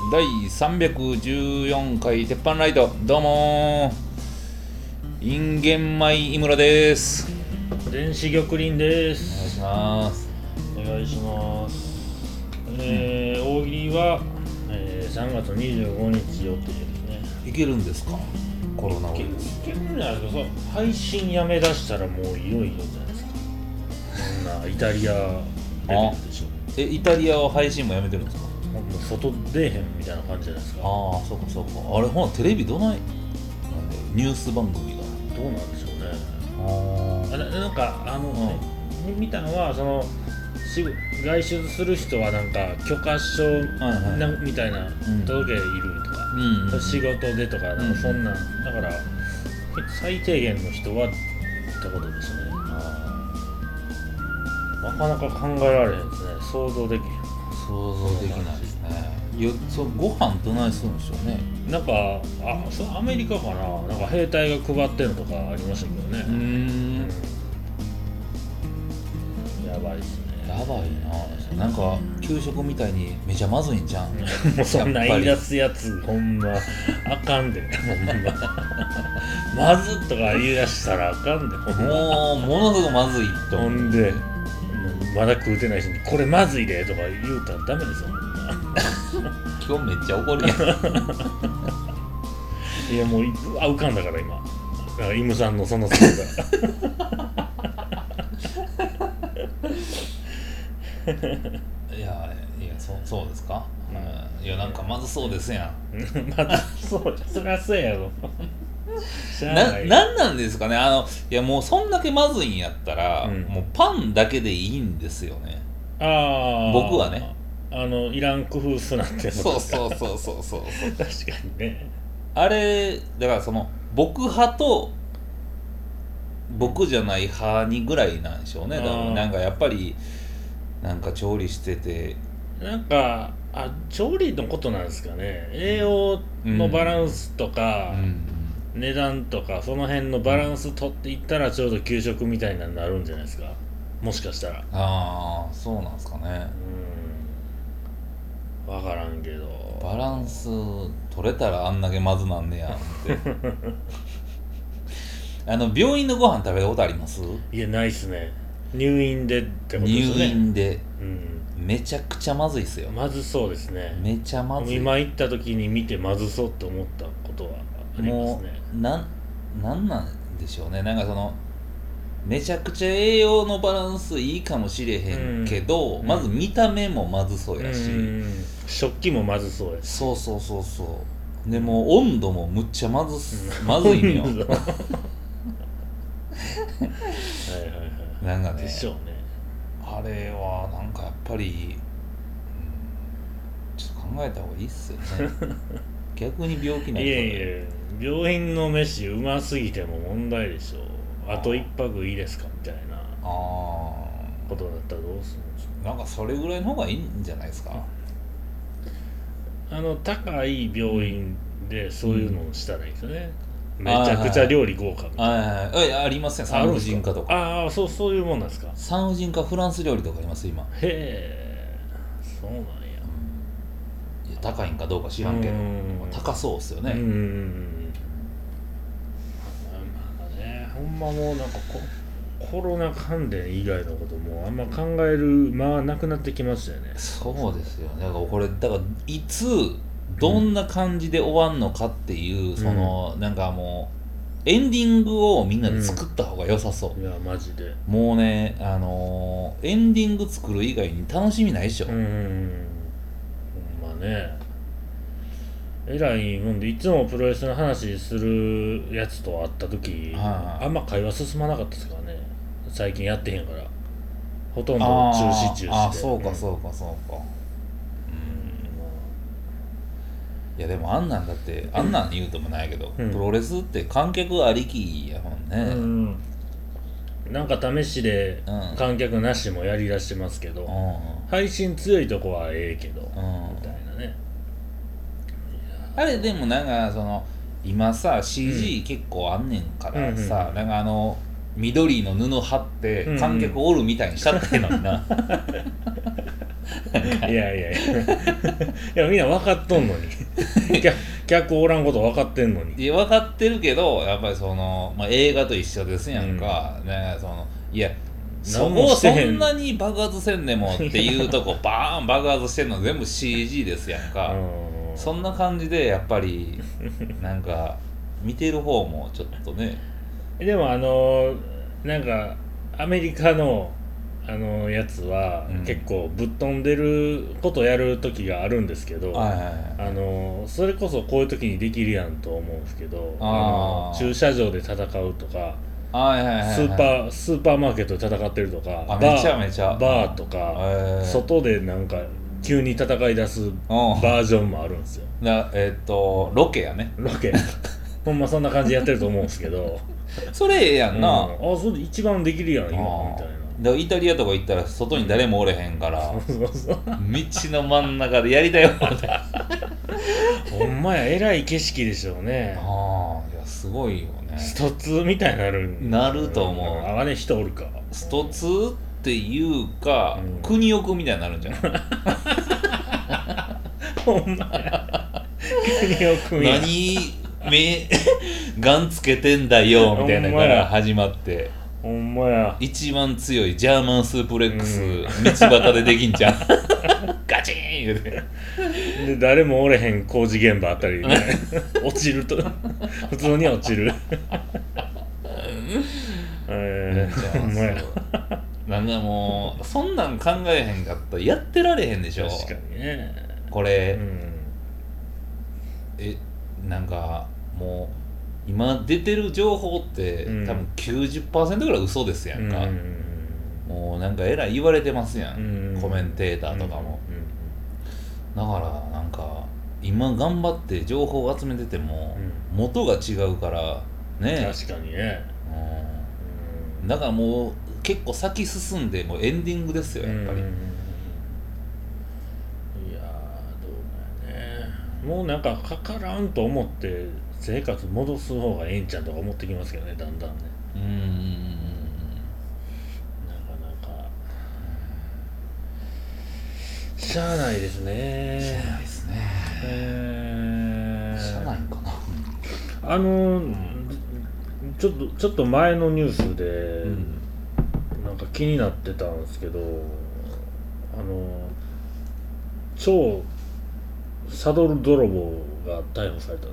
第314回鉄板ライト、どうもインゲンマイ井村です。 電子玉林でおす。 願いします。 お願いします。大喜利は、3月25日予定ですね。 いけるんですか？コロナウイルス。 いけるんじゃないですか。配信やめだしたらもういよいよじゃないですか。そんなイタリアレベルでしょ。 イタリアは配信もやめてるんですか？ もう外出えへんみたいな感じじゃないですか。 ああ、そうかそうか。あれほなテレビどないなんでニュース番組がどうなんでしょうね。なんか見たのは外出する人はなんか許可証みたいな届けいるとか、仕事でとかなんかそんなんだから最低限の人はってことですね。なかなか考えられへんですね。想像できへん。 想像できないですね。いや、ご飯どないするんでしょうね。 なんかそれアメリカかな、なんか兵隊が配ってるのとかありましたけどね。やばいっすね。 やばいな。なんか給食みたいにめちゃまずいんじゃん。 もうそんな言い出すやつほんまあかんで、ほんままずとか言い出したらあかんで、ほんまもうものすごくまずいとほんでまだ食うてない人にこれまずいでとか言うたらダメですよ。 今日めっちゃ怒るやん。 いやもう浮かんだから今イムさんのその姿いやそうですか、いやなんかまずそうですやん。 まずそうそりゃそうやろ。 なんなんですかね。いやもうそんだけまずいんやったら、もうパンだけでいいんですよね。僕はねいらん工夫すなってやつ。 そう確かにね。 あれだから僕派と僕じゃない派にぐらいなんでしょうね。だからなんかやっぱりなんか調理しててなんか調理のことなんですかね。栄養のバランスとか、値段とかその辺のバランス取っていったらちょうど給食みたいなのになるんじゃないですか、もしかしたら。 そうなんですかね。 分からんけどバランス取れたらあんだけまずなんねやって病院のご飯食べたことあります？ いやないっすね。入院でってことですね。 入院で、めちゃくちゃまずいっすよ。 まずそうですね。 めちゃまずい。 今行った時に見てまずそうって思ったことはありますね。 なんでしょうね。なんかめちゃくちゃ栄養のバランスいいかもしれへんけど、まず見た目もまずそうやし、 食器もまずそうやし、 そうでも温度もむっちゃまずいのよ。なんかね、 でしょうね。 あれはなんかやっぱり、ちょっと考えた方がいいっすよね。逆に病気ないいや病院の飯うますぎても問題でしょ。あと一泊いいですかみたいなことだったらどうするんですか。 なんかそれぐらいの方がいいんじゃないですか。 高い病院でそういうのをしたらいいですよね。めちゃくちゃ料理豪華みたいな。 ありますね。産婦人科とか。 そういうもんなんですか。 産婦人科フランス料理とかあります今。 へえ、そうなんや。 いや高いんかどうか知らんけど高そうっすよね。 まあね、ほんまもうなんかコロナ関連以外のこともあんま考えるなくなってきましたよね。 そうですよね。だからいつどんな感じで終わんのかっていう、なんかもうエンディングをみんなで作った方が良さそう。 いやマジでもうねエンディング作る以外に楽しみないでしょ。 ほんまね、えらいもんでいつもプロレスの話するやつと会った時、あんま会話進まなかったですからね。最近やってへんからほとんど中止で。 そうか。いやでもあんなんだってあんなん言うともないけど、プロレスって観客ありきやもんね。 なんか試しで観客なしもやりだしてますけど、配信強いとこはええけど、みたいなね。 あれでもなんか今さ CG 結構あんねんからさ、なんか緑の布貼って観客おるみたいにしちゃってんのにな。 いやいやいやみんな分かっとんのに客おらんこと分かってんのに。 いや分かってるけどやっぱりその、映画と一緒ですやんか、ね、そのいやそこをそんなに爆発せんでもっていうとこバーン爆発してんの全部 CG ですやんかそんな感じでやっぱりなんか見てる方もちょっとねでもなんかアメリカのやつは結構ぶっ飛んでることやる時があるんですけど、それこそこういう時にできるやんと思うんですけど駐車場で戦うとかスーパーマーケットで戦ってるとかめちゃめちゃバーとか外でなんか急に戦い出すバージョンもあるんですよ。 ロケやねロケほんまそんな感じでやってると思うんですけどそれええやんな、 それ一番できるやん今みたいな。 だからイタリアとか行ったら外に誰もおれへんから道の真ん中でやりたいよほんまやえらい景色でしょうね。 いやすごいよね。 スト2みたいになると思う。 あれ人おるかスト2っていうか、国奥みたいになるんじゃないほんまや国奥何ガンつけてんだよみたいなから始まってほんまや一番強いジャーマンスープレックス、道端でできんじゃんガチーン言うてで誰もおれへん工事現場あたりね落ちると普通に落ちるほんまやなんかもうそんなん考えへんかったらやってられへんでしょ。 確かにねこれ、なんかもう今出てる情報って、多分 90% ぐらい嘘ですやんか、もうなんかえらい言われてますやん、コメンテーターとかも、だからなんか今頑張って情報を集めてても、元が違うからね。 確かにね、 だからもう結構先進んでもうエンディングですよやっぱり、 いやどうだよね。もうなんかかからんと思って生活戻す方がええんちゃんとか思ってきますけどねだんだんね。なかなかしゃあないですね。 しゃあないですね。しゃあないんかな。 ちょっと前のニュースで、なんか気になってたんですけど超サドル泥棒が逮捕されたんです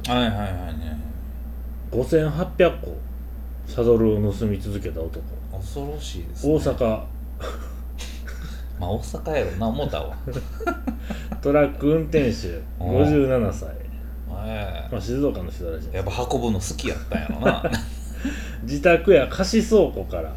。5800個サドルを盗み続けた男。 恐ろしいですね。 大阪まあ大阪やろな思ったわトラック運転手57歳、静岡の人らしい。 やっぱ運ぶの好きやったんやろな自宅や貸し倉庫から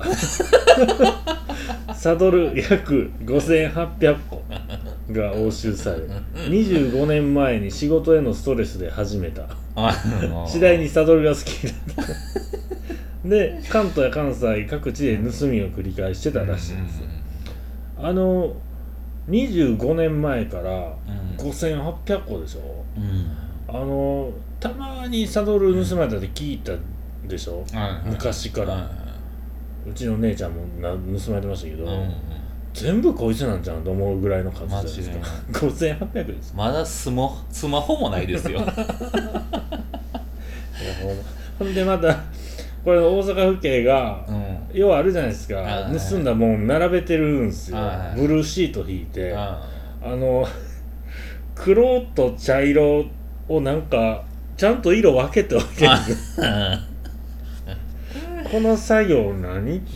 サドル約5800個が押収され25年前に仕事へのストレスで始めた次第にサドルが好きになったで関東や関西各地で盗みを繰り返してたらしいんですよ。25年前から5800個でしょ、たまにサドル盗まれたって聞いたでしょ、昔から、うちの姉ちゃんも盗まれてましたけど、全部こいつなんじゃんと思うぐらいの数じゃないですか。5800です。 まだスマホもないですよほんでまたこれ大阪府警が、要はあるじゃないですか、盗んだもん並べてるんですよ、ブルーシート引いて、黒と茶色をなんかちゃんと色分けておいてるんですこの作業何って。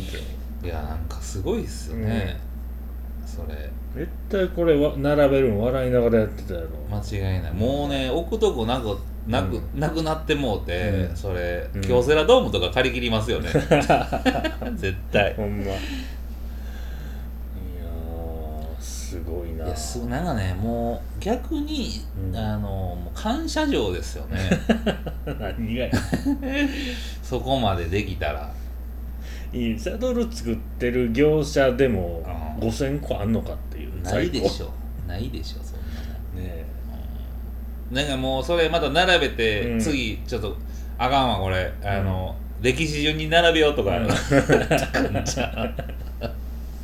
いやなんかすごいっすよね、それ絶対これは並べるの笑いながらやってたやろ。 間違いない。もうね置くとこなくなってもうて、それ京セラドームとか借り切りますよね絶対。 ほんま。いやすごいな。 いやなんかねもう逆に、もう感謝状ですよね何がやそこまでできたら。 いいサドル作ってる業者でも5000個あんのかっていう。 ないでしょそんなもんね。なんかもうそれまた並べて、次ちょっとあかんわこれ歴史順に並べようとか、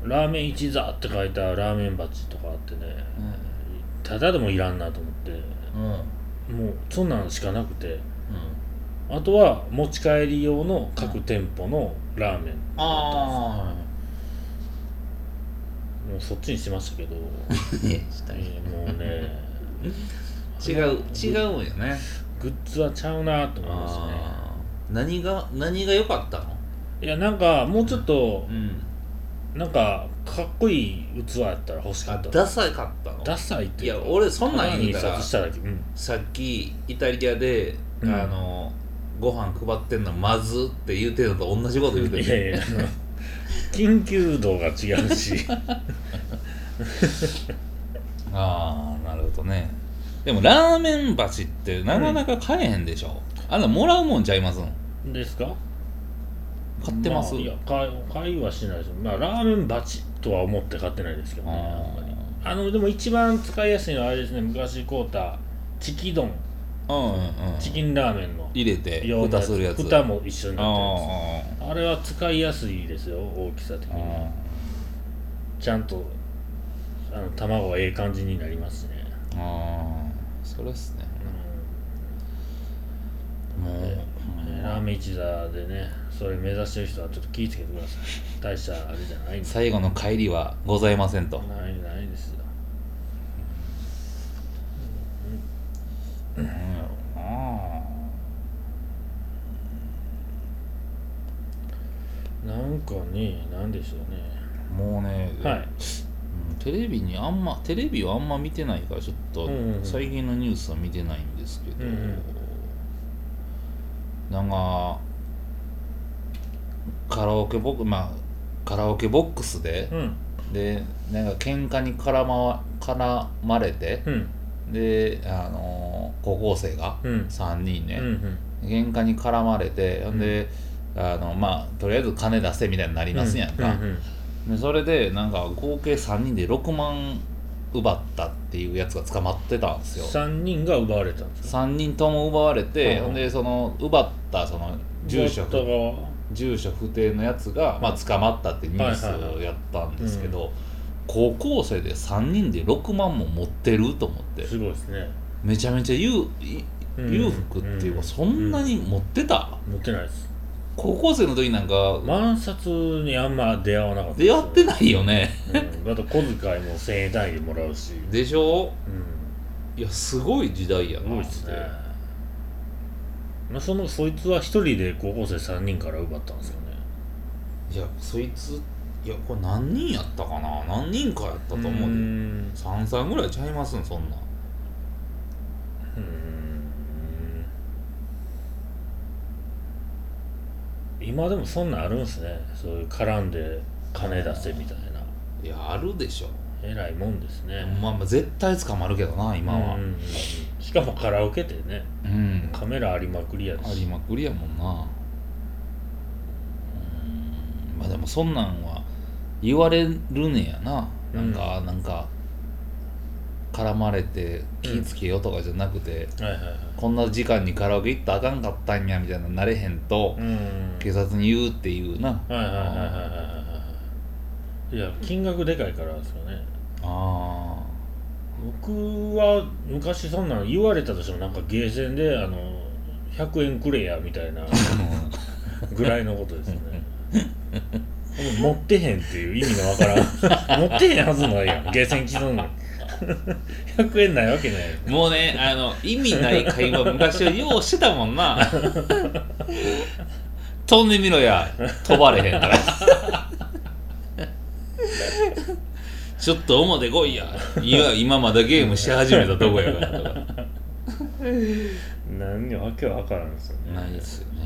ラーメン一座って書いたラーメン鉢とかあってね、ただでもいらんなと思って、もうそんなんしかなくて、あとは持ち帰り用の各店舗のラーメンだったんです。もうそっちにしましたけどもうね違うんよね。 グッズはちゃうなと思いますね。 何が良かったの？ いやなんかもうちょっと、なんかかっこいい器やったら欲しかった。 ダサいかったの？ ダサいっていうか、 いや俺そんなん言うたらさっきイタリアで、ご飯配ってんのまずって言うてるのと同じこと言うてる。 いやいや緊急度が違うしああなるほどね。でもラーメン鉢ってなかなか買えへんでしょ、あんなもらうもんちゃいますんですか？ 買ってます？ いや買いはしないです。ラーメン鉢とは思って買ってないですけどね。でも一番使いやすいのはあれですね、昔買うたチキ丼、チキンラーメンの入れて蓋するやつ、 蓋も一緒になってます。あれは使いやすいですよ、大きさ的に。ちゃんと卵はええ感じになりますね。 それっすね。もうラーメン一座でね、それ目指してる人はちょっと気をつけてください。大したあれじゃないんで。 最後の帰りはございませんと。 ないですよ。 なんやろうな。なんかね、なんでしょうね。 もうね、 はい。 テレビをあんま見てないからちょっと最近のニュースは見てないんですけど、なんかカラオケボックスで、でなんか喧嘩に絡まれて、で高校生が3人ね、喧嘩に絡まれて、でとりあえず金出せみたいになりますやんか。でそれでなんか合計3人で6万奪ったっていうやつが捕まってたんですよ。 3人が奪われたんですか ？3人とも奪われて、でその奪ったその住所不定のやつが、捕まったってニュースをやったんですけど、高校生で3人で6万も持ってると思って、 すごいですね。 めちゃめちゃ裕福っていうか、そんなに持ってた？ 持ってないです。 高校生の時なんか万札にあんま出会わなかった。 出会ってないよね。 だと小遣いも1000円単位でもらうし。 でしょ？いやすごい時代やな。 すごいですね。そいつは一人で高校生3人から奪ったんですよね。 いやそいつこれ何人やったかな、何人かやったと思う。3ぐらいちゃいますんそんな。 今でもそんなんあるんすね、そういう絡んで金出せみたいな。 いやあるでしょ。 えらいもんですね。 絶対捕まるけどな今は。 しかもカラオケでね、カメラありまくりやし。 ありまくりやもんな。でもそんなんは言われるねやな。なんか絡まれて気ぃつけよとかじゃなくて、こんな時間にカラオケ行ったらあかんかったんやみたいななれへんと、警察に言うっていうな。 いや金額でかいからですよね。僕は昔そんなん言われたとしても、なんかゲーセンで100円くれやみたいなぐらいのことですよね。持ってへんっていう意味のわからん持ってへんはずないやん、ゲーセン来とんのに100円ないわけない。 もうね意味ない会話昔はようしてたもんな。飛んでみろや、飛ばれへんからちょっと表来いや、今まだゲームし始めたとこやからとか何にわけは分からんですよね。 ないですよね。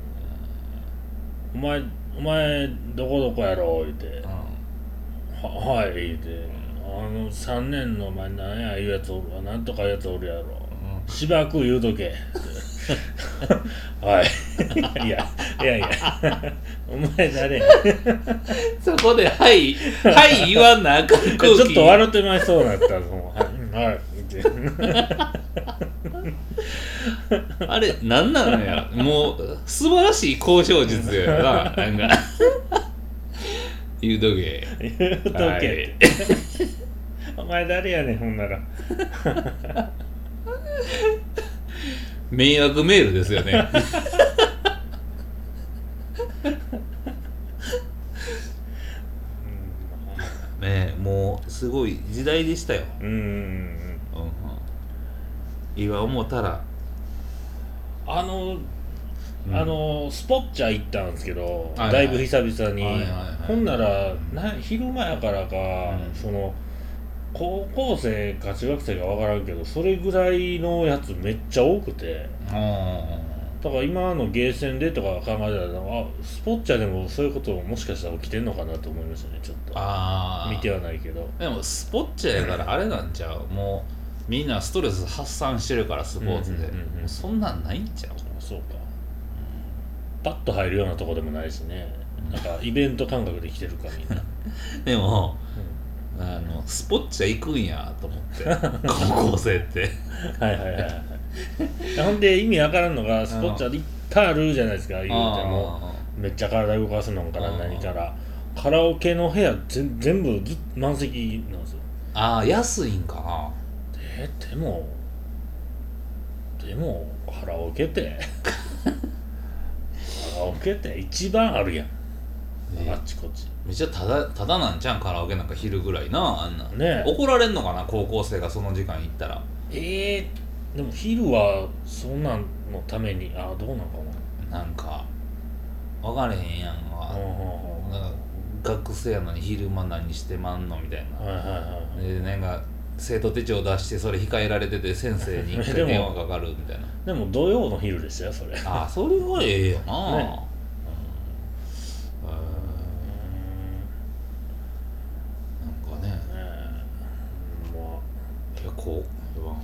お前どこどこやろ言うて、はい言うて、3年のお前何やいうやつおるわ、なんとかいうやつおるやろ、しばく言うとけはいいやお前誰そこではい言わなあかん空気ちょっと笑ってまいそうなったらはいあれなんなのや、もう素晴らしい交渉術やな。なんか言うとけ言うとけ、はい、お前誰やねんほんなら迷惑メールですよねねえ、もうすごい時代でしたよ。今思ったらスポッチャ行ったんですけど、だいぶ久々に、ほんなら昼間やからか、その高校生か中学生か分からんけどそれぐらいのやつめっちゃ多くて、だから今のゲーセンでとか考えたらスポッチャでもそういうこともしかしたら起きてんのかなと思いましたね。ちょっと見てはないけど、 でもスポッチャやからあれなんちゃうもうみんなストレス発散してるからスポーツで、そんなんないんちゃう。 そうか、パッと入るようなとこでもないしね、なんかイベント感覚で来てるかみんなでも、スポッチャ行くんやと思って高校生ってはいはいはいほんで意味わからんのがスポッチャでいっぱいあるじゃないですか。言うてもめっちゃ体動かすのから何からカラオケの部屋全部満席なんですよ。 安いんかな。 でもカラオケってカラオケって一番あるやん、あっちこっち。 めっちゃただなんちゃんカラオケなんか昼ぐらいなあんな、 ね、 怒られんのかな高校生がその時間行ったら。 でも昼はそんなんのためにどうなんかな。なんか分かれへんやんか、なんか学生やのに昼間何してまんのみたいな、でなんか生徒手帳出してそれ控えられてて先生に一回電話かかるみたいなでも土曜の昼でしたよそれ。 それはええよな、ね、なんかねいやこう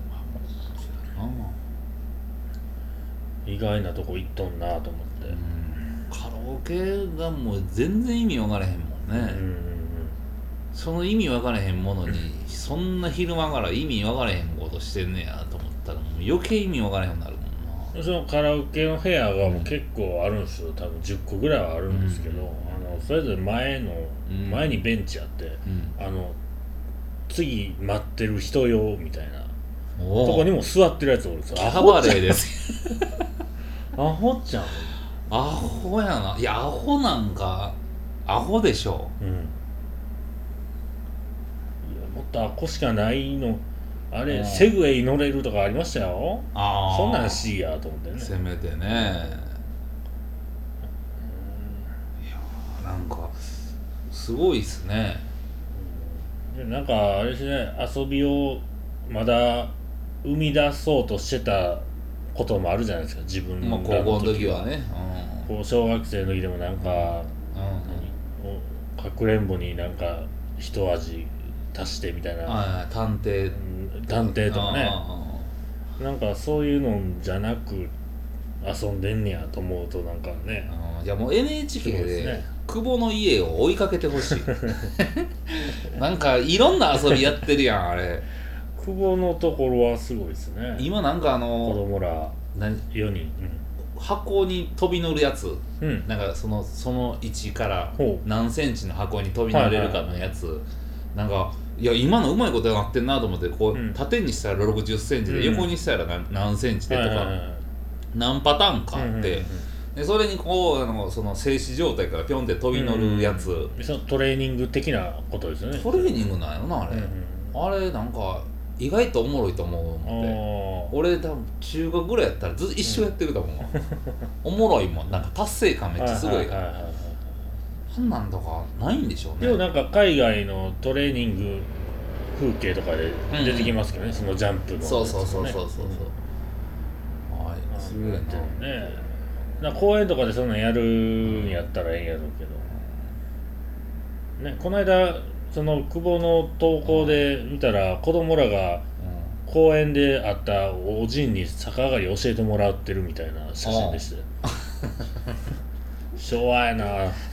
意外なとこ行っとんなと思って、 カラオケがもう全然意味分からへんもんね、その意味分からへんものにそんな昼間から意味分からへんことしてんねやと思ったらもう余計意味分からへんようになるもんな。 そのカラオケの部屋がもう結構あるんですよ。多分10個ぐらいはあるんですけど、それぞれ前にベンチあって、次待ってる人用みたいなとこにも座ってるやつおるんですよ。 キャバレーですアホちゃん。 アホやな。いやアホなんかアホでしょ。いやもっとアホしかないの。あれセグウェイ乗れるとかありましたよ。そんなんしいやと思ってね。 せめてね。いやなんかすごいっすね。 なんかあれですね、遊びをまだ生み出そうとしてたこともあるじゃないですか自分の高校の時はね、 こう小学生の時でもなんか、かくれんぼになんか一味足してみたいな、 探偵とかね、なんかそういうのじゃなく遊んでんねやと思うとなんかね、 いやもう NHK で久保の家を追いかけてほしいなんかいろんな遊びやってるやんあれ。 久保のところはすごいですね。 今なんか子供ら4人、 箱に飛び乗るやつ、なんかその位置から何センチの箱に飛び乗れるかのやつ、なんかいや今のうまいことやってんなと思って、こう、縦にしたら60センチで、横にしたら何センチでとか、何パターンかあって、でそれにこうその静止状態からピョンって飛び乗るやつ、 そのトレーニング的なことですよね。 トレーニングなんやろなあれ、あれなんか意外とおもろいと思うので、俺多分中学ぐらいやったら一生やってると思う、おもろいもん、なんか達成感めっちゃすごいから、そんなんとかないんでしょうね。 でもなんか海外のトレーニング風景とかで出てきますけどね、そのジャンプの、 そうすごいね。公園とかでそんなんやるんやったらええんやろうけど、ね、この間その久保の投稿で見たら、子供らが公園で会ったおじんに逆上がり教えてもらってるみたいな写真でしたよ昭和やな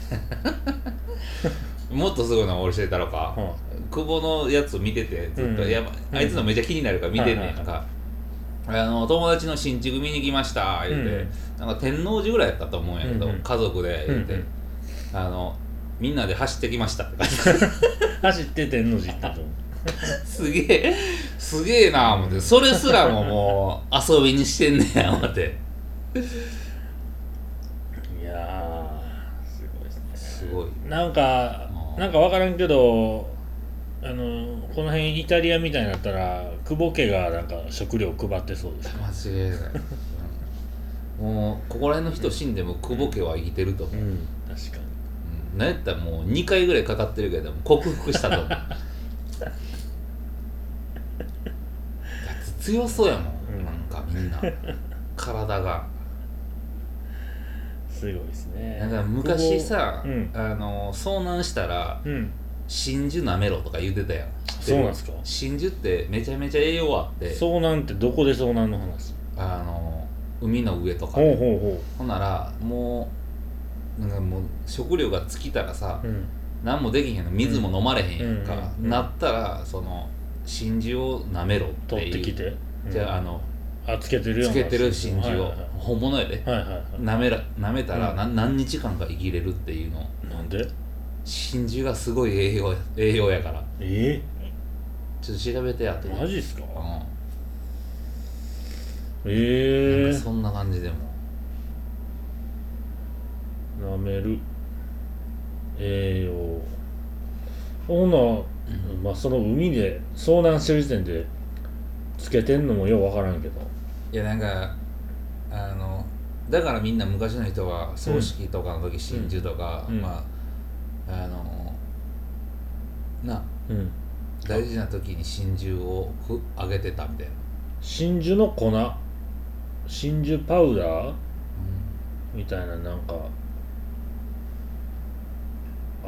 もっとすごいの俺教えたろか、久保のやつ見ててずっと、あいつのめっちゃ気になるから見てんねんか、友達の新築見に来ました言うて、なんか天王寺ぐらいやったと思うんやけど、家族で言うて、 みんなで走ってきましたって走って天王寺行ったと思うすげえな思って、それすらももう遊びにしてんねや思って。 いやすごいですね。 すごいなんか分からんけど、この辺イタリアみたいになったら久保家がなんか食料配ってそうですね。間違いない、もうここら辺の人死んでも久保家は生きてると思う、 確かに、 なんやったらもう2回ぐらいかかってるけど克服したと思うだって強そうやもん、なんかみんな体がすごいですね。 なんか昔さ、遭難したら、真珠舐めろとか言ってたやん。 そうなんですか。 真珠ってめちゃめちゃ栄養あって、 遭難ってどこで遭難の話？ 海の上とかで、 ほんならもうなんかもう食料が尽きたらさ、何もできへんの、水も飲まれへんやんか、なったらその真珠を舐めろっていう、 取ってきて、 じゃあつけてるような真珠を、本物やで、舐めたら何日間か生きれるっていうの。 なんで？ 真珠がすごい栄養やから。ちょっと調べてやって。 マジっすか？ なんかそんな感じでも舐める栄養、ほな、その海で遭難してる時点でつけてんのもよう分からんけど、 いやなんかだからみんな昔の人は葬式とかの時真珠とか、大事な時に真珠をあげてたみたいな。 真珠の粉、真珠パウダー、みたいななんかあって、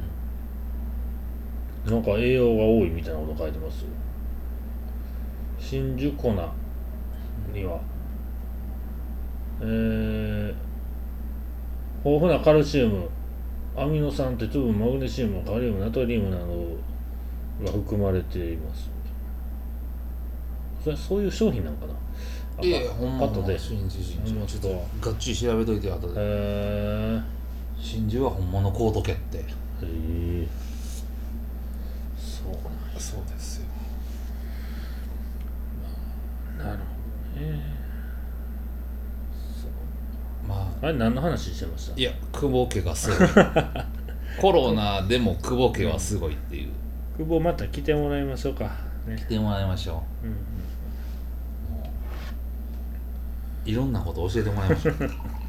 なんか栄養が多いみたいなこと書いてますよ。真珠粉には豊富なカルシウム、アミノ酸、鉄分、マグネシウム、カリウム、ナトリウムなどが含まれています。そういう商品なのかな。 ほんま真珠ちょっとがっちり調べといて後で。真珠は本物買うとけって。そうですよ。 なるほどね。 あれ何の話してました？ いや、久保家がすごいコロナでも久保家はすごいっていう。 久保また来てもらいましょうか、 ね、来てもらいましょう、いろんなこと教えてもらいましょう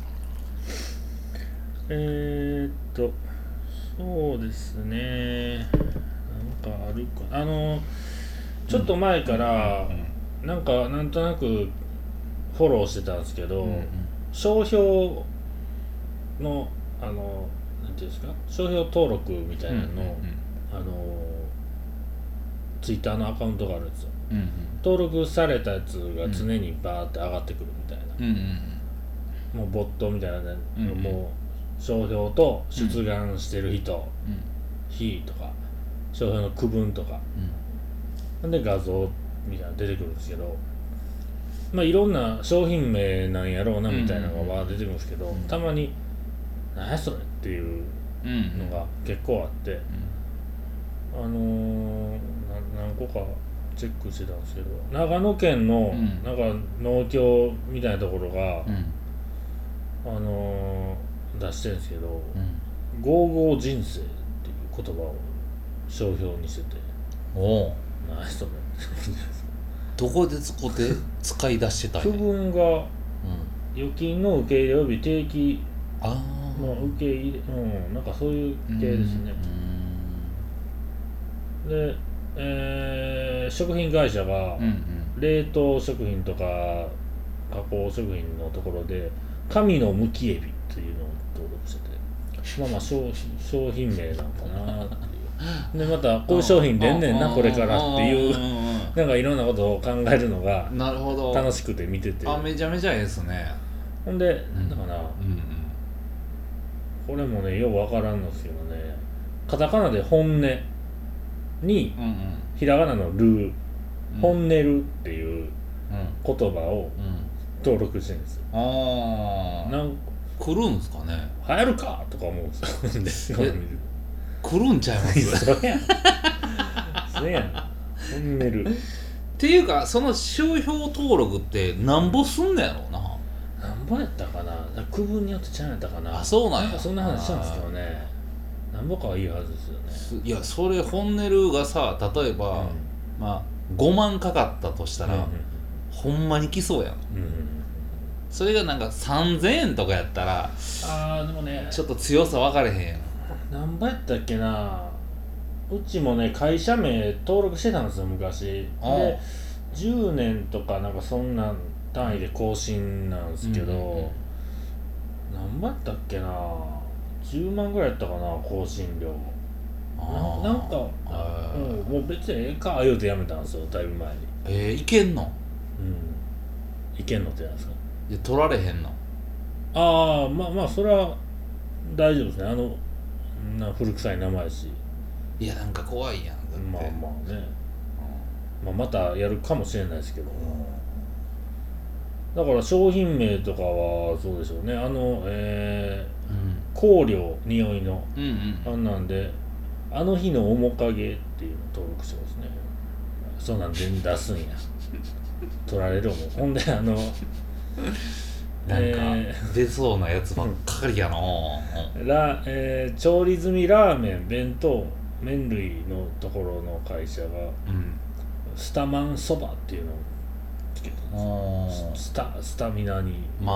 そうですね、なんかあるか、ちょっと前から、なんとなくフォローしてたんですけど、商標のなんていうんですか、商標登録みたいなの、ツイッターのアカウントがあるんですよ、登録されたやつが常にバーって上がってくるみたいな、もうボットみたいなね、もう商標と出願してる人、日とか商標の区分とか、で画像みたいなの出てくるんですけど、いろんな商品名なんやろうなみたいなのが出てくるんですけど、たまに「何やそれ」っていうのが結構あって、何個かチェックしてたんですけど、長野県のなんか農協みたいなところが、出してるんですけど「ゴーゴー人生」っていう言葉を商標にしてて、何やそれどこで使い出してたんや。 区分が預金の受け入れ及び定期の受け入れ、なんかそういう系ですね。で、食品会社が冷凍食品とか加工食品のところで神のむきエビっていうのを登録してて、商品名なのかなっていうで、またこういう商品出んねんなこれからっていうなんかいろんなことを考えるのが楽しくて見てて、 めちゃめちゃいいですね。 ほんでだから、これもねようわからんのですけどね、カタカナで本音に、ひらがなのル、本音ルっていう言葉を登録してるんですよ。何来るんすかね。 流行るかとか思うんですよ来るんちゃいますそやんそやんトンネルっていうかその商標登録ってなんぼすんのやろうな。 なんぼやったかな、区分によってちゃうんやったかな。 あ、そうなんや。 なんかそんな話したんですけどね、なんぼかはいいはずですよね。 いやそれホンネルがさ、例えば、まあ5万かかったとしたら、ほんまに来そうやん、それがなんか3000円とかやったらでもねちょっと強さ分かれへんやん。 何倍やったっけな。うちもね会社名登録してたんですよ昔で。10年とかなんかそんなん単位で更新なんですけど、何倍やったっけな、10万ぐらいやったかな更新料。なんかもう別にええか言うてやめたんですよだいぶ前に。 いけんの？ いけんのってなんですか？ いや取られへんの？ まあそれは大丈夫ですね。古臭い名前やし。 いやなんか怖いやん。だってまあね、またやるかもしれないですけど、だから商品名とかはそうでしょうね。香料匂いの、あんなんであの日の面影っていうのを登録してますね。そうなんで出すんや取られるもん。ほんでなんか出そうなやつばっかりやな、 調理済みラーメン弁当麺類のところの会社が、スタマンそばっていうのをつけてます。スタミナに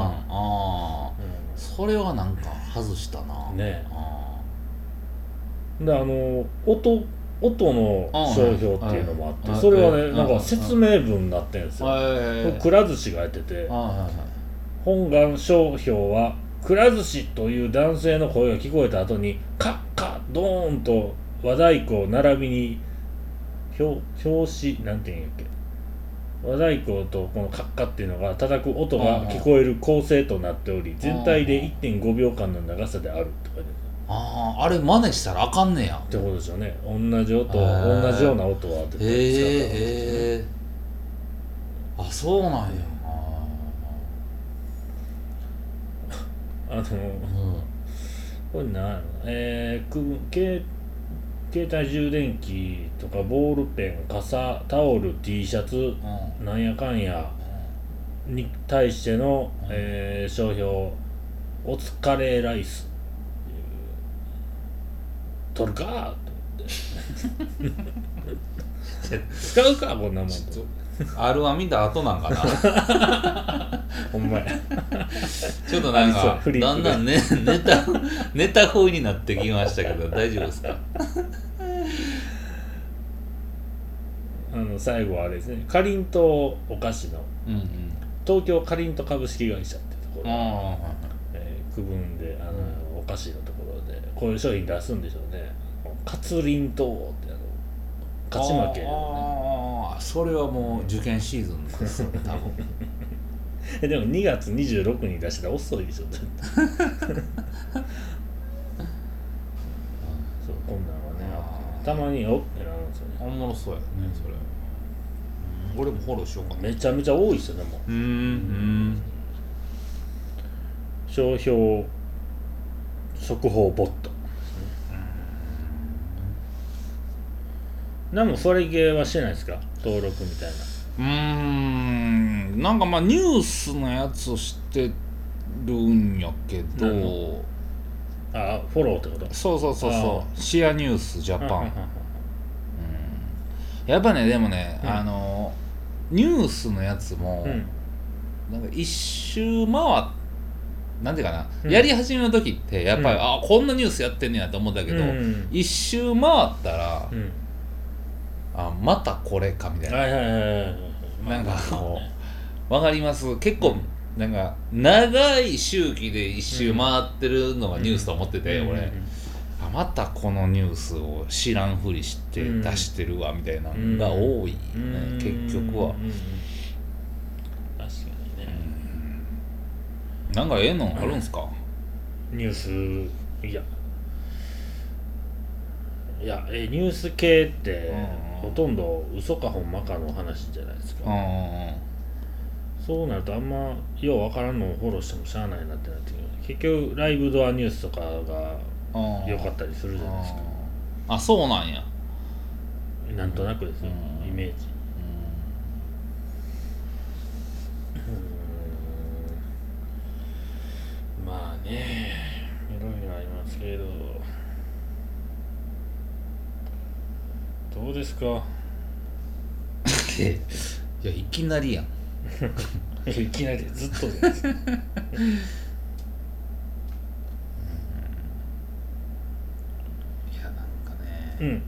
それはなんか外したなね。で音の商標っていうのもあって、それはねなんか説明文になってるんですよ。くら寿司がやってて、本願商標はくら寿司という男性の声が聞こえた後にカッカッドーンと和太鼓並びに表紙なんていうんやっけ、和太鼓とこのカッカっていうのが叩く音が聞こえる構成となっており、全体で 1.5 秒間の長さであるって書いてある。あれ真似したらあかんねやってことですよね。同じ音同じような音は絶対使ったんですよ。 そうなんや。 これ何やろ、携帯充電器とかボールペン傘タオル T シャツ、なんやかんやに対しての、商標お疲れライス取るかと思って使うかこんなもんと。 R1 見た後なんかなほんまやちょっとなんかだんだんねネタ風になってきましたけど大丈夫ですか？ 最後はあれですね、かりんとうお菓子の、東京かりんとう株式会社ってところが、区分でお菓子のところでこういう商品出すんでしょうね。かつりんとうって勝ち負け、 それはもう受験シーズンですよ多分でも2月26日に出したら遅いでしょそうこんなんはねたまにおってなるんですよね。 おもろそうやねそれ。俺もフォローしようかな。 めちゃめちゃ多いですよね。もう商標速報ボット何もそれ系はしてないですか？登録みたいな。 なんかまあニュースのやつを知ってるんやけど、 フォローってこと？ そうシェアニュースジャパン。やっぱねでもね、ニュースのやつも、なんか一周なんていうかな、やり始めの時ってやっぱり、こんなニュースやってんねやと思ったけど、一周回ったら、またこれかみたいな、なんかこうわかります？結構なんか長い周期で一周回ってるのがニュースと思ってて、俺またこのニュースを知らんふりして出してるわみたいなのが多いよね、結局は。 確かにね。 なんかええのあるんすか？ ニュースいやニュース系ってほとんど嘘かほんまかの話じゃないですか。 そうなるとあんまようわからんのをフォローしてもしゃあないなってなってくる。結局ライブドアニュースとかが良かったりするじゃないですか。 あ、そうなんや。 なんとなくですよ、イメージ。まあね、いろいろありますけど、どうですか。 いや、いきなりやん。 いきなりずっとです。 いや、なんかね、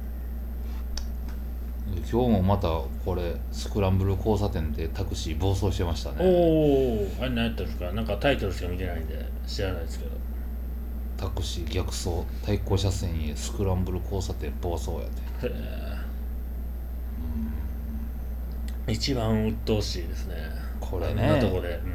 今日もまたこれスクランブル交差点でタクシー暴走してましたね。 おお、あれ何やったんですか。なんかタイトルしか見てないんで知らないですけど。 タクシー逆走、対向車線へスクランブル交差点暴走やで。 へえ。一番鬱陶しいですね。 これね。 あんなとこで。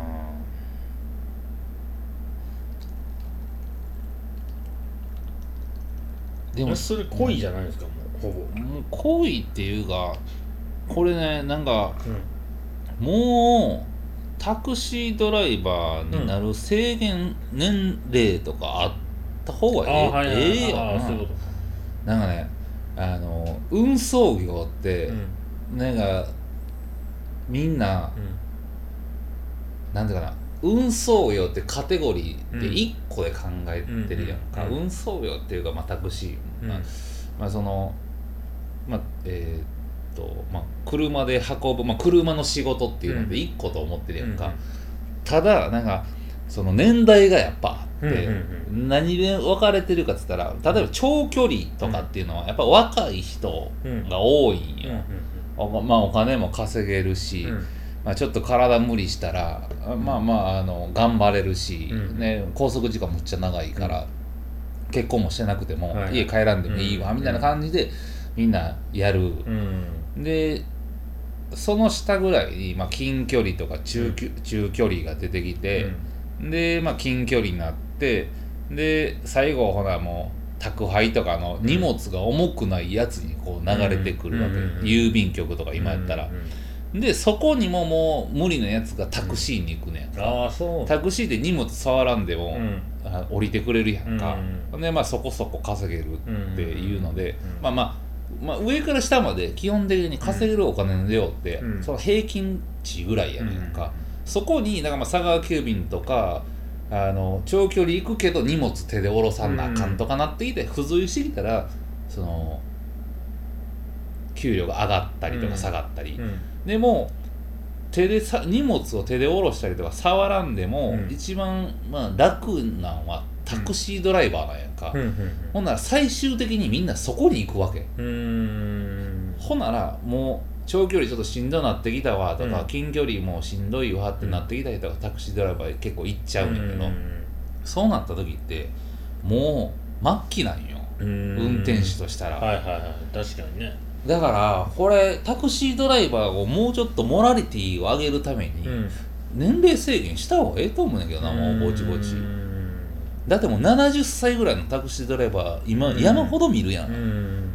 でもそれ恋じゃないですか、もうほぼ。 もう恋っていうか、これね、なんか、もうタクシードライバーになる制限年齢とかあった方がええよな。なんかね、運送業って、なんかみんな、なんていうかな、運送業ってカテゴリーで1個で考えてるやんか。運送業っていうか、まあ、タクシー、まあそのまあまあ、車で運ぶ、まあ、車の仕事っていうので1個と思ってるやんか。ただなんかその年代がやっぱあって、何で分かれてるかっつったら、例えば長距離とかっていうのはやっぱ若い人が多いんよ。まあお金も稼げるし、まあ、ちょっと体無理したら、まあまあ頑張れるし、ね、拘束時間むっちゃ長いから、結婚もしてなくても家帰らんでもいいわみたいな感じでみんなやる。でその下ぐらいに、まあ、近距離とか中距離が出てきて、で、まあ、近距離になって、で最後ほらもう宅配とかの荷物が重くないやつにこう流れてくるわけ、郵便局とか今やったら、でそこにももう無理なやつがタクシーに行くねんか。タクシーで荷物触らんでも、降りてくれるやんか。でまあそこそこ稼げるっていうので、まあ上から下まで基本的に稼げるお金の量って、その平均値ぐらいやねんか。そこにだからまあ佐川急便とか長距離行くけど荷物手で下ろさんなあかんとかなってきて、付随してきたらその給料が上がったりとか下がったり、でも荷物を手で下ろしたりとか触らんでも、一番まあ楽なんはタクシードライバーなんやんか。ほんなら最終的にみんなそこに行くわけ。ほんならもう長距離ちょっとしんどなってきたわとか、近距離もうしんどいわってなってきたりとか、タクシードライバー結構行っちゃうんやけど、そうなった時ってもう末期なんよ、運転手としたら。 確かにね。 だからこれタクシードライバーをもうちょっとモラリティを上げるために、年齢制限した方がええと思うんだけどな、もうぼちぼち。だってもう70歳ぐらいのタクシードライバー今山ほど見るやん。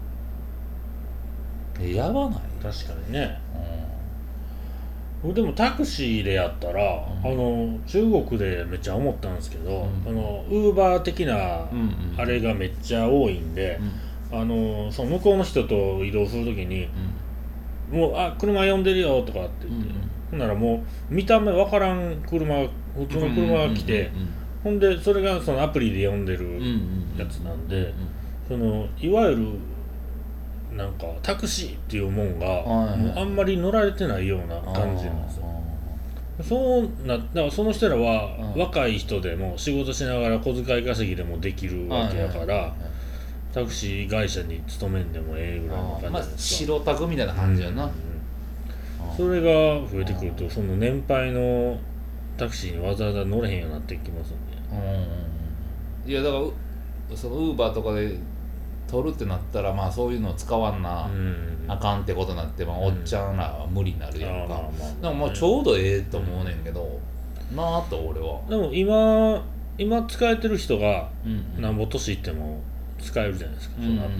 やばない？ 確かにね。でもタクシーでやったら、中国でめっちゃ思ったんですけど、ウーバー的なあれがめっちゃ多いんで、その向こうの人と移動するときに、もう車呼んでるよとかって言って、ほんならもう見た目わからん車、普通の車が来て、ほんでそれがそのアプリで呼んでるやつなんで、そのいわゆるなんかタクシーっていうもんがもうあんまり乗られてないような感じなんですよ。だからその人らは若い人でも仕事しながら小遣い稼ぎでもできるわけだから、タクシー会社に勤めんでもええぐらいの感じなんですか。 白タクみたいな感じやな。 それが増えてくると、その年配のタクシーにわざわざ乗れへんようになってきますんで。 いやだからそのウーバーとかで取るってなったら、まあそういうのを使わんなあかんってことになって、まあおっちゃんらは無理になるやんか。でもまあちょうどええと思うねんけどなあと俺は。でも今使えてる人がなんぼ年いっても使えるじゃないですか、そのアプ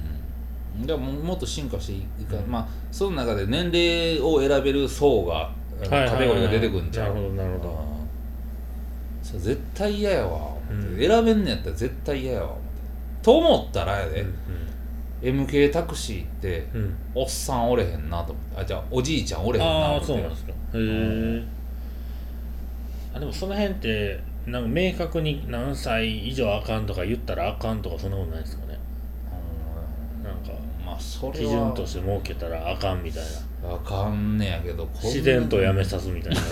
リ。 でももっと進化していくから、まあその中で年齢を選べる層がカテゴリーが出てくるんちゃう。 なるほどなるほど。 それ絶対嫌やわ、 うん、 選べんのやったら絶対嫌やわと思ったらやで、MK タクシーって、おっさんおれへんなと思って、じゃあおじいちゃんおれへんなと思って。 そうなんですか。へえ。でもその辺ってなんか明確に何歳以上あかんとか言ったらあかんとかそんなことないですかね。なんかまあそれは基準として設けたらあかんみたいな。あかんねやけど自然とやめさすみたいな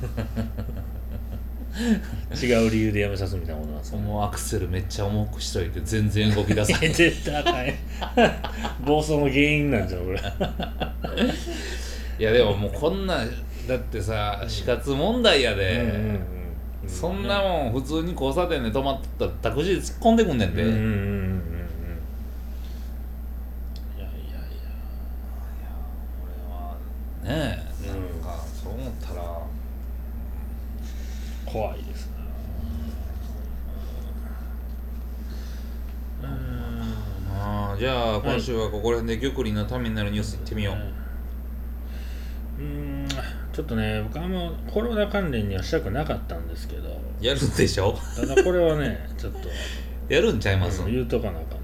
違う理由でやめさすみたいなことなんですか、ね、 もうアクセルめっちゃ重くしといて全然動き出さない絶対あかん暴走の原因なんじゃんこれいやでももうこんなだってさ死活問題やで、そんなもん普通に交差点で止まっとったらタクシー突っ込んでくんねんで、いやいやいや俺はねえ、なんかそう思ったら怖いですね。 じゃあ今週はここら辺で玉林のためになるニュースいってみよう。 ちょっとね僕はもうコロナ関連にはしたくなかったんですけど、 やるんでしょただこれはねちょっとやるんちゃいます、 言うとかなあかんな、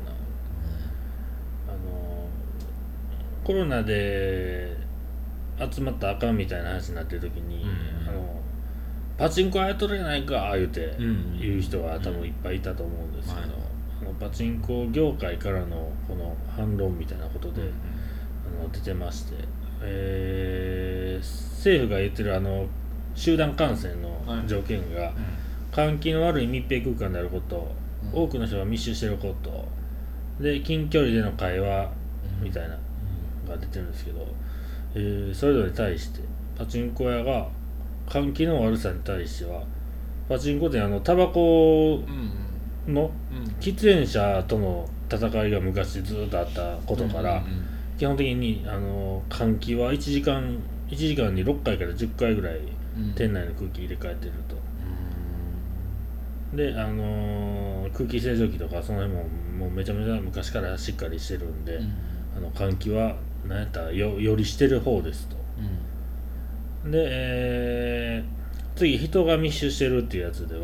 コロナで集まったらあかんみたいな話になってる時に、パチンコやっとれないか言うて言う人は多分いっぱいいたと思うんですけど、パチンコ業界からのこの反論みたいなことで、出てまして、政府が言ってる集団感染の条件が、換気の悪い密閉空間であること、多くの人が密集していることで近距離での会話みたいなのが出てるんですけど、それぞれに対してパチンコ屋が換気の悪さに対しては、パチンコ店タバコの喫煙者との戦いが昔ずっとあったことから、基本的に換気は1時間に6回から10回ぐらい店内の空気入れ替えてると、で空気清浄機とかその辺ももうめちゃめちゃ昔からしっかりしてるんで、換気は何やったらよりしてる方ですと、で、次人が密集してるっていうやつでは、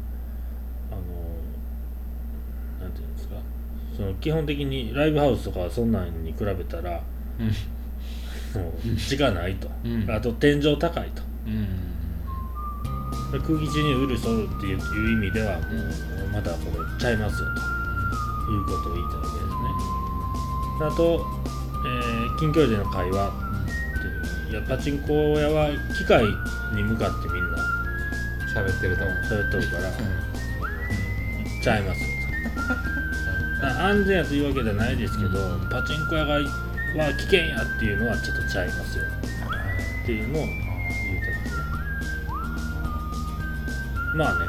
なんていうんですか、その基本的にライブハウスとかそんなんに比べたら、もう地がないと、あと天井高いと、空気中にウイルスおるっていう意味ではもうまだこれちゃいますよということを言いたわけですね。あと、近距離での会話っていう、いやパチンコ屋は機械に向かってみんな喋ってるとるから、ちゃいますよと安全やというわけではないですけど、パチンコ屋は危険やっていうのはちょっとちゃいますよっていうのを言うてますね。まあね、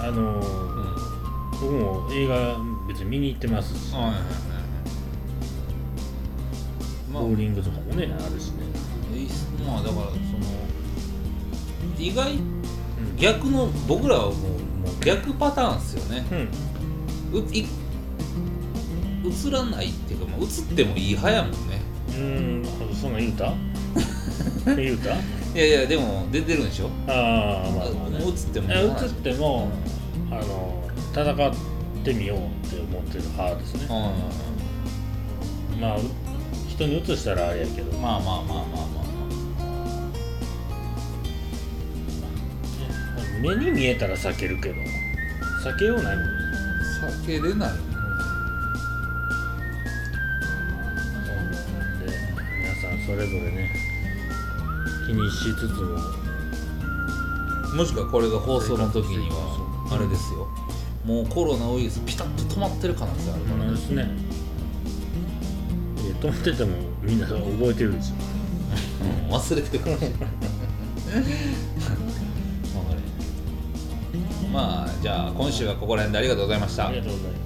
僕も映画別に見に行ってますし、ボーリングとかもねあるしね。 まあだからその意外、逆の僕らはもう逆パターンですよね。映らないっていうか、映ってもいい派やもんね。 そんなん言うた言うたいやいやでも出てるんでしょ。 まあね、 映っても戦ってみようって思ってる派ですね。まあ人に移したらあれやけど、まあ目に見えたら避けるけど避けようないもんね。 避けれない。で皆さんそれぞれね気にしつつも、 もしくはこれが放送の時にはあれですよ、もうコロナウイルスピタッと止まってる可能性あるからですね。止まっててもみんな覚えてるでしょ。忘れてるかもしれないまあじゃあ今週はここら辺でありがとうございました。 ありがとうございます。